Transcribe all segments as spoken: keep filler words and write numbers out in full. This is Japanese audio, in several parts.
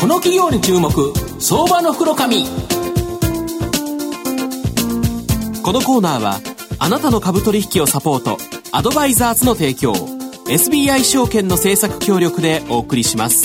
この企業に注目、相場の福の神。このコーナーはあなたの株取引をサポート、アドバイザーズの提供、 エスビーアイ 証券の政策協力でお送りします。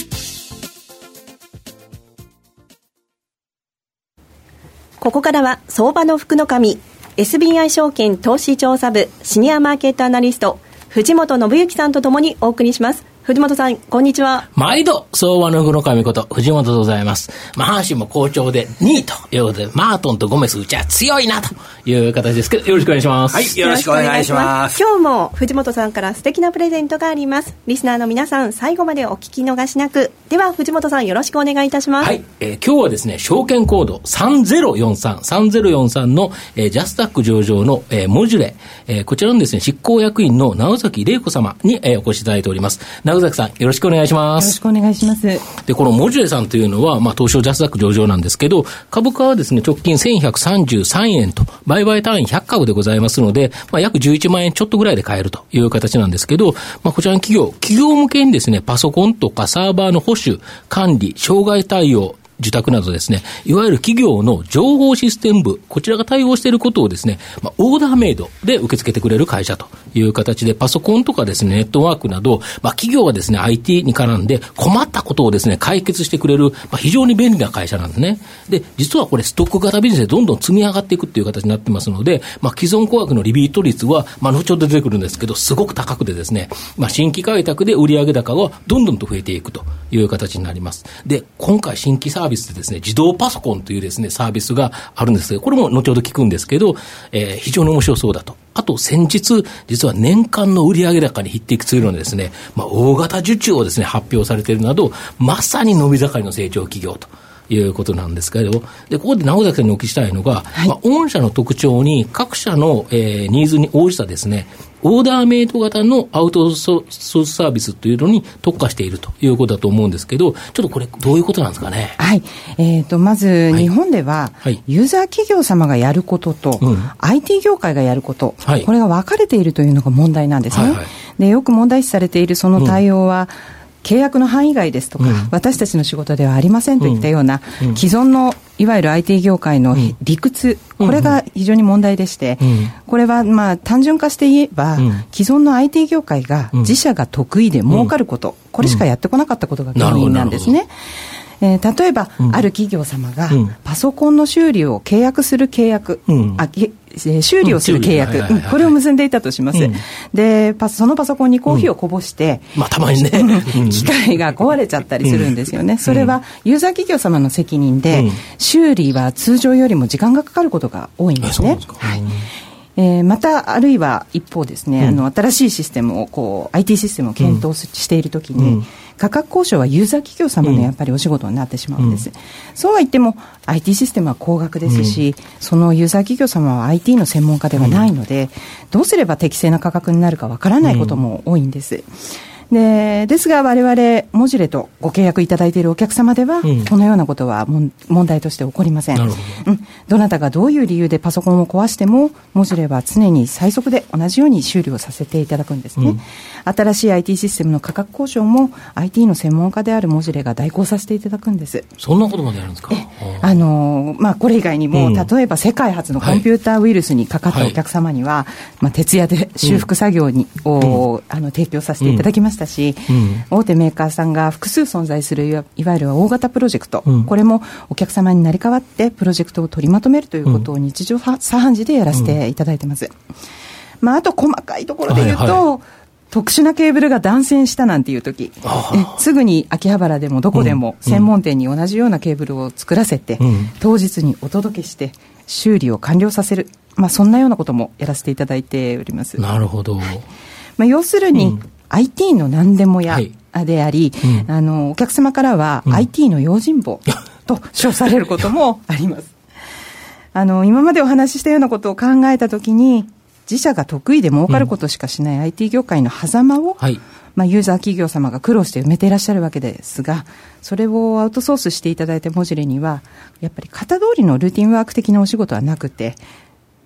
ここからは相場の福の神、 エスビーアイ 証券投資調査部シニアマーケットアナリスト藤本信之さんとともにお送りします。藤本さん、こんにちは。 毎度相場の福の神こと藤本でございます。まあ、阪神も好調でにいということで、マートンとゴメスうちは強いなという形ですけど、よろしくお願いします。 はい、よろしくお願いします。 今日も藤本さんから素敵なプレゼントがあります。リスナーの皆さん、最後までお聞き逃しなく。では藤本さん、よろしくお願いいたします。 はい、えー、今日はですね、証券コードさんぜろよんさん さんぜろよんさんの、えー、ジャスタック上場の、えー、モジュレ、えー、こちらのですね、執行役員の直崎玲子様に、えー、お越しいただいております。直崎さん、よろしくお願いします。 よろしくお願いします。 で、このモジュレさんというのは、まあ、東証ジャスダック上場なんですけど、株価はですね、直近せんひゃくさんじゅうさんえんと、売買単位ひゃっかぶでございますので、まあ、約じゅういちまんえんちょっとぐらいで買えるという形なんですけど、まあ、こちらの企業、企業向けにですね、パソコンとかサーバーの保守、管理、障害対応、受託などですね、いわゆる企業の情報システム部、こちらが対応していることをですね、まあ、オーダーメイドで受け付けてくれる会社という形で、パソコンとかですね、ネットワークなど、まあ、企業はですね、アイティー に絡んで困ったことをですね、解決してくれる、まあ、非常に便利な会社なんですね。で、実はこれストック型ビジネスでどんどん積み上がっていくっていう形になってますので、まあ、既存顧客のリピート率は、まあ、後ほど出てくるんですけど、すごく高くてですね、まあ、新規開拓で売上高がどんどんと増えていくという形になります。で、今回新規サービスでですね、自動パソコンというですね、サービスがあるんですけど、これも後ほど聞くんですけど、えー、非常に面白そうだと。あと先日、実は年間の売上高に匹敵するようなですね、まあ、大型受注をですね、発表されているなど、まさに伸び盛りの成長企業ということなんですけれど、で、ここで直崎さんにお聞きしたいのが、はい、まあ、御社の特徴に各社の、えー、ニーズに応じたですね、オーダーメイド型のアウトソースサービスというのに特化しているということだと思うんですけど、ちょっとこれどういうことなんですかね。 はい、えーと、まず日本では、はい、ユーザー企業様がやることと、うん、アイティー 業界がやること、はい、これが分かれているというのが問題なんですね。はいはい、で、よく問題視されているその対応は、うん、契約の範囲外ですとか、うん、私たちの仕事ではありませんといったような、うん、既存のいわゆる アイティー 業界の理屈、うん、これが非常に問題でして、うん、これはまあ単純化して言えば、うん、既存の アイティー 業界が自社が得意で儲かること、うん、これしかやってこなかったことが原因なんですね。えー、例えば、うん、ある企業様がパソコンの修理を契約する契約、うん、あ修理をする契約、うんはいはいはい、これを結んでいたとします。うん、でパそのパソコンにコーヒーをこぼして、 うん、まあたまにね機械が壊れちゃったりするんですよね。うん、それはユーザー企業様の責任で、うん、修理は通常よりも時間がかかることが多いんですね。はい。えー、またあるいは一方ですね、うん、あの新しいシステムをこう アイティー システムを検討しているときに、うん、価格交渉はユーザー企業様のやっぱりお仕事になってしまうんです。うん、そうは言っても アイティー システムは高額ですし、うん、そのユーザー企業様は アイティー の専門家ではないので、うん、どうすれば適正な価格になるかわからないことも多いんです。で, ですが我々モジュレとご契約いただいているお客様では、うん、このようなことはも問題として起こりません。なるほど、うん、どなたがどういう理由でパソコンを壊してもモジュレは常に最速で同じように修理をさせていただくんですね。うん、新しい アイティー システムの価格交渉も アイティー の専門家であるモジュレが代行させていただくんです。 そんなことまでやるんですか。 あの、まあ、これ以外にも、うん、例えば世界初のコンピューターウイルスにかかったお客様には、はい、まあ、徹夜で修復作業に、うん、をあの提供させていただきましたし、うんうん、大手メーカーさんが複数存在するいわゆる大型プロジェクト、うん、これもお客様になり代わってプロジェクトを取りまとめるということを日常茶飯事でやらせていただいてます。うん、まあ、あと細かいところで言うと、はいはい、特殊なケーブルが断線したなんていう時、えすぐに秋葉原でもどこでも専門店に同じようなケーブルを作らせて、うん、当日にお届けして修理を完了させる、まあ、そんなようなこともやらせていただいております。 なるほど。 はい、まあ、要するに、うん、アイティー の何でもやであり、はい、うん、あのお客様からは、うん、アイティー の用心棒と称されることもあります。あの今までお話ししたようなことを考えたときに、自社が得意で儲かることしかしない アイティー 業界の狭間を、はい、まあ、ユーザー企業様が苦労して埋めていらっしゃるわけですが、それをアウトソースしていただいたモジュレにはやっぱり型通りのルーティンワーク的なお仕事はなくて、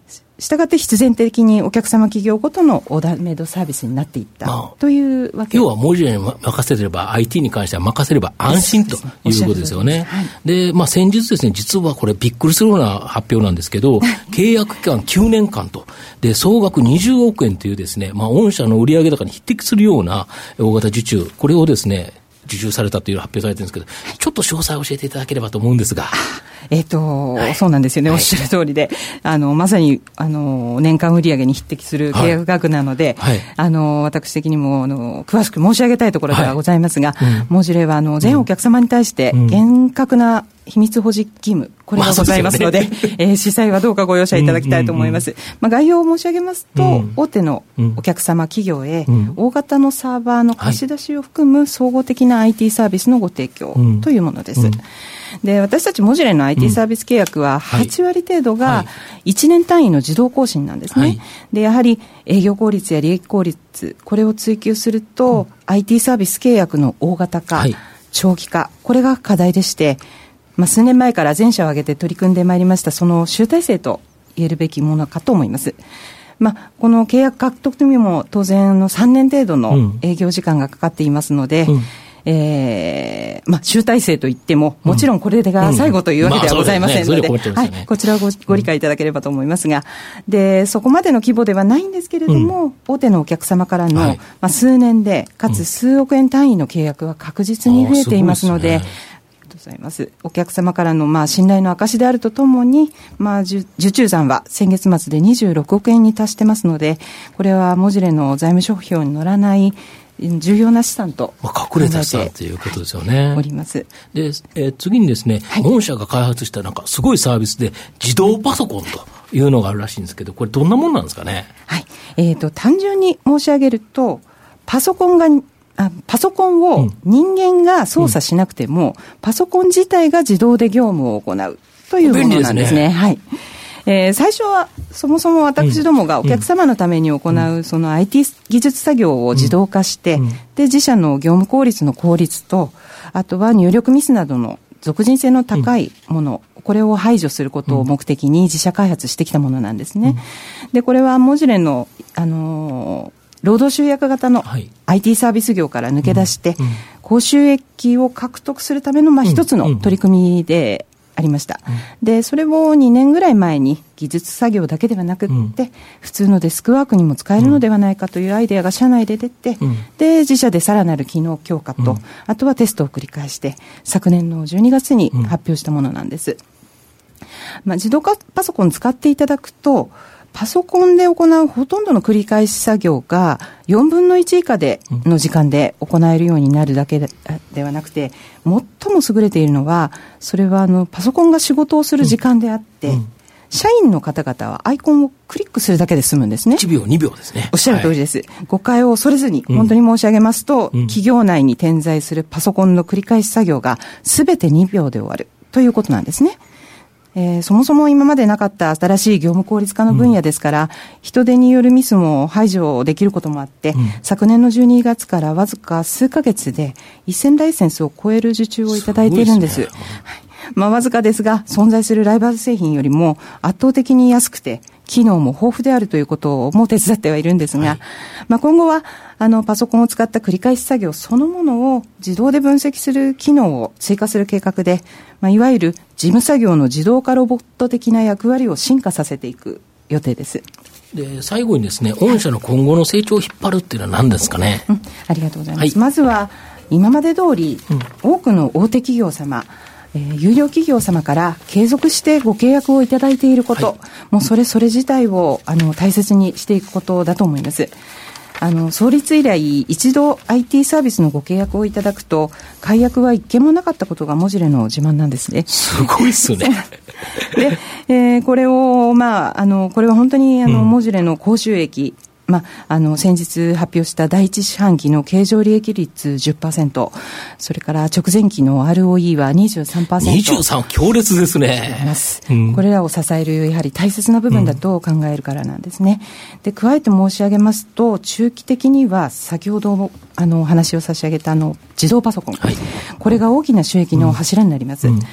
したがって必然的にお客様企業ごとのオーダーメイドサービスになっていったというわけ、 要は文字に任せれば アイティー に関しては任せれば安心ということですよね。で、まあ、先日ですね、実はこれびっくりするような発表なんですけど契約期間きゅうねんかんとで総額にじゅうおくえんというですね、まあ、御社の売上高に匹敵するような大型受注、これをですね受注されたという発表されてるんですけど、ちょっと詳細を教えていただければと思うんですが。 えっと、 はい、 そうなんですよね、 はい、 おっしゃる通りで、あの、まさに、あの、年間売上に匹敵する契約額なので、 はいはい、 あの、私的にも、あの、詳しく申し上げたいところではございますが、はい、モジュレは、あの、全お客様に対して、厳格な秘密保持義務、これがございますので、まあ、でねえー、詳細はどうかご容赦いただきたいと思います。うんうんうん、まあ、概要を申し上げますと、うん、大手のお客様企業へ、うん、大型のサーバーの貸し出しを含む総合的な アイティー サービスのご提供というものです。うんうん、で、私たちモジュレの アイティー サービス契約ははちわり程度がいちねん単位の自動更新なんですね。はい、で、やはり営業効率や利益効率、これを追求すると、うん、アイティー サービス契約の大型化、はい、長期化、これが課題でして、まあ、数年前から全社を挙げて取り組んでまいりましたその集大成と言えるべきものかと思います。まあ、この契約獲得にも当然のさんねん程度の営業時間がかかっていますので、うん、えーまあ、集大成といってももちろんこれが最後というわけではございませんので、こちらを ご, ご理解いただければと思いますが、でそこまでの規模ではないんですけれども、うん、大手のお客様からの、はい、まあ、数年でかつ数億円単位の契約は確実に増えていますので、ございます。お客様からのまあ信頼の証であるとともに、まあ、受注残は先月末でにじゅうろくおくえんに達してますので、これはモジュレの財務諸表に載らない重要な資産とまあ、隠れた資産ということですよね。 はい、おります。 で、えー、次にですね、はい、御社が開発したなんかすごいサービスで自動パソコンというのがあるらしいんですけど、これどんなもんなんですかね。 はい、えーと、単純に申し上げると、パソコンがあパソコンを人間が操作しなくても、うん、パソコン自体が自動で業務を行うというものなんですね。便利ですね。はい。えー、最初はそもそも私どもがお客様のために行うその アイティー 技術作業を自動化して、うんうん、で自社の業務効率の効率と、あとは入力ミスなどの属人性の高いもの、うん、これを排除することを目的に自社開発してきたものなんですね。うん、でこれはモジュレの、あのー労働集約型の アイティー サービス業から抜け出して、はい、うん、高収益を獲得するためのまあ一つの取り組みでありました。うんうん、で、それをにねんぐらい前に技術作業だけではなくって、うん、普通のデスクワークにも使えるのではないかというアイデアが社内で出て、うん、で、自社でさらなる機能強化と、うん、あとはテストを繰り返して、昨年のじゅうにがつに発表したものなんです。うん、まあ、自動化パソコン使っていただくと、パソコンで行うほとんどの繰り返し作業がよんぶんのいち以下での時間で行えるようになるだけ で, ではなくて、最も優れているのは、それはあのパソコンが仕事をする時間であって、うんうん、社員の方々はアイコンをクリックするだけで済むんですね。 いちびょうにびょうですね。 おっしゃる通りです。はい、誤解を恐れずに本当に申し上げますと、うん、企業内に点在するパソコンの繰り返し作業がすべてにびょうで終わるということなんですね。えー、そもそも今までなかった新しい業務効率化の分野ですから、うん、人手によるミスも排除できることもあって、うん、昨年のじゅうにがつからわずか数ヶ月でせんライセンスを超える受注をいただいているんです。すごいですね。はい、まあ、わずかですが存在するライバル製品よりも圧倒的に安くて機能も豊富であるということも手伝ってはいるんですが、はい、まあ、今後はあのパソコンを使った繰り返し作業そのものを自動で分析する機能を追加する計画で、まあ、いわゆる事務作業の自動化ロボット的な役割を進化させていく予定です。 で、最後にですね、御社の今後の成長を引っ張るっていうのは何ですかね。 うん、ありがとうございます。 はい、 まずは今まで通り、うん、多くの大手企業様、えー、有料企業様から継続してご契約をいただいていること、はい、もうそれそれ自体をあの大切にしていくことだと思います。あの創立以来一度 アイティー サービスのご契約をいただくと解約は一件もなかったことがモジュレの自慢なんですね。 すごいですね。 で、えー、これをまああのこれは本当にあの、うん、モジュレの高収益、まあ、あの先日発表した第一四半期の経常利益率 じゅっパーセント、 それから直前期の アールオーイー は にじゅうさんパーセント、 にじゅうさん強烈ですね。 うん、これらを支えるやはり大切な部分だと考えるからなんですね。で、加えて申し上げますと、中期的には先ほどあのお話を差し上げたあの自動パソコン、はい、これが大きな収益の柱になります。うんうん、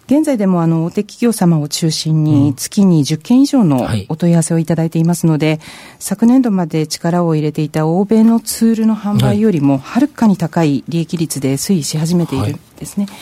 現在でもあの大手企業様を中心に月にじゅっけん以上のお問い合わせをいただいていますので、はい、昨年度まで力を入れていた欧米のツールの販売よりもはるかに高い利益率で推移し始めているんですね、はい、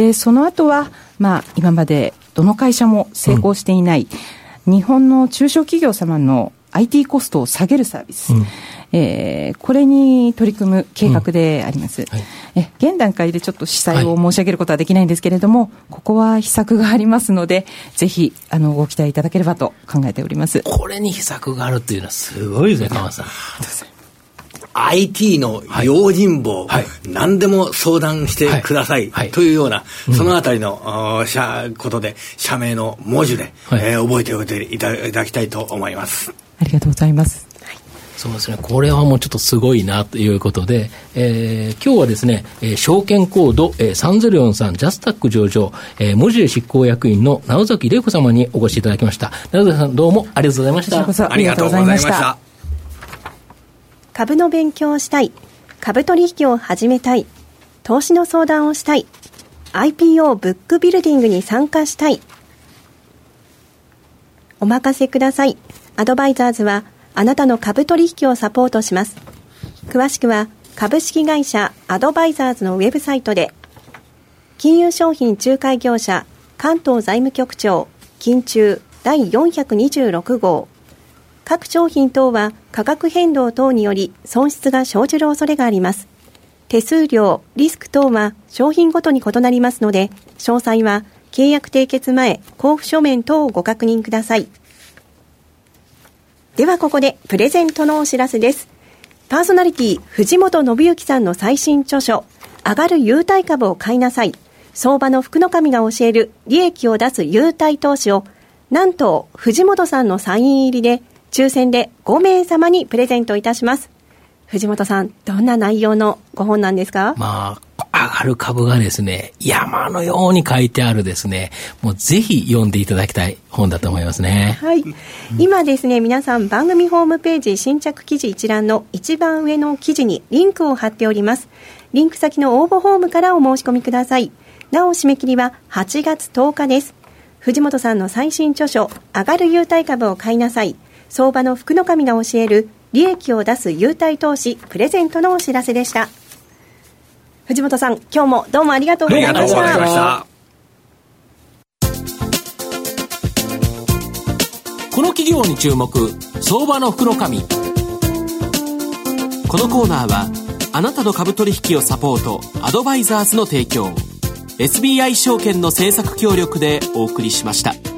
でその後は、まあ、今までどの会社も成功していない、うん、日本の中小企業様の アイティー コストを下げるサービス、うん、えー、これに取り組む計画であります、うん、はい、え現段階でちょっと詳細を申し上げることはできないんですけれども、はい、ここは秘策がありますので、ぜひあのご期待いただければと考えております。 これに秘策があるっていうのはすごいですね、川松さん。 アイティー の用心棒、はい、何でも相談してください、はい、というような、はい、そのあたりの、うん、ことで社名の文字で、はい、えー、覚えておいていただきたいと思います。 ありがとうございます。 そうですね、これはもうちょっとすごいなということで、えー、今日はですね、えー、証券コード、えー、さんぜろよんさんジャスタック上場、えー、文字執行役員の直崎玲子様にお越しいただきました。直崎さん、どうもありがとうございました。 ありがとうございました。 株の勉強をしたい、株取引を始めたい、投資の相談をしたい、 アイピーオー ブックビルディングに参加したい、お任せください。アドバイザーズはあなたの株取引をサポートします。詳しくは株式会社アドバイザーズのウェブサイトで。金融商品仲介業者関東財務局長金中だいよんひゃくにじゅうろく号。各商品等は価格変動等により損失が生じる恐れがあります。手数料、リスク等は商品ごとに異なりますので、詳細は契約締結前交付書面等をご確認ください。ではここでプレゼントのお知らせです。パーソナリティ藤本信之さんの最新著書、上がる優待株を買いなさい、相場の福の神が教える利益を出す優待投資を、なんと藤本さんのサイン入りで抽選でご名様にプレゼントいたします。藤本さん、どんな内容のご本なんですか？ まあ、上がる株がですね、山のように書いてあるですね、もうぜひ読んでいただきたい本だと思いますね。 はい。今ですね、皆さん番組ホームページ新着記事一覧の一番上の記事にリンクを貼っております。リンク先の応募フォームからお申し込みください。なお締め切りははちがつとおかです。藤本さんの最新著書、上がる優待株を買いなさい、相場の福の神が教える利益を出す優待投資プレゼントのお知らせでした。藤本さん、今日もどうもありがとうございました。ありがとうございました。 この企業に注目、相場の福の神。このコーナーはあなたの株取引をサポート、アドバイザーズの提供、エスビーアイ 証券の政策協力でお送りしました。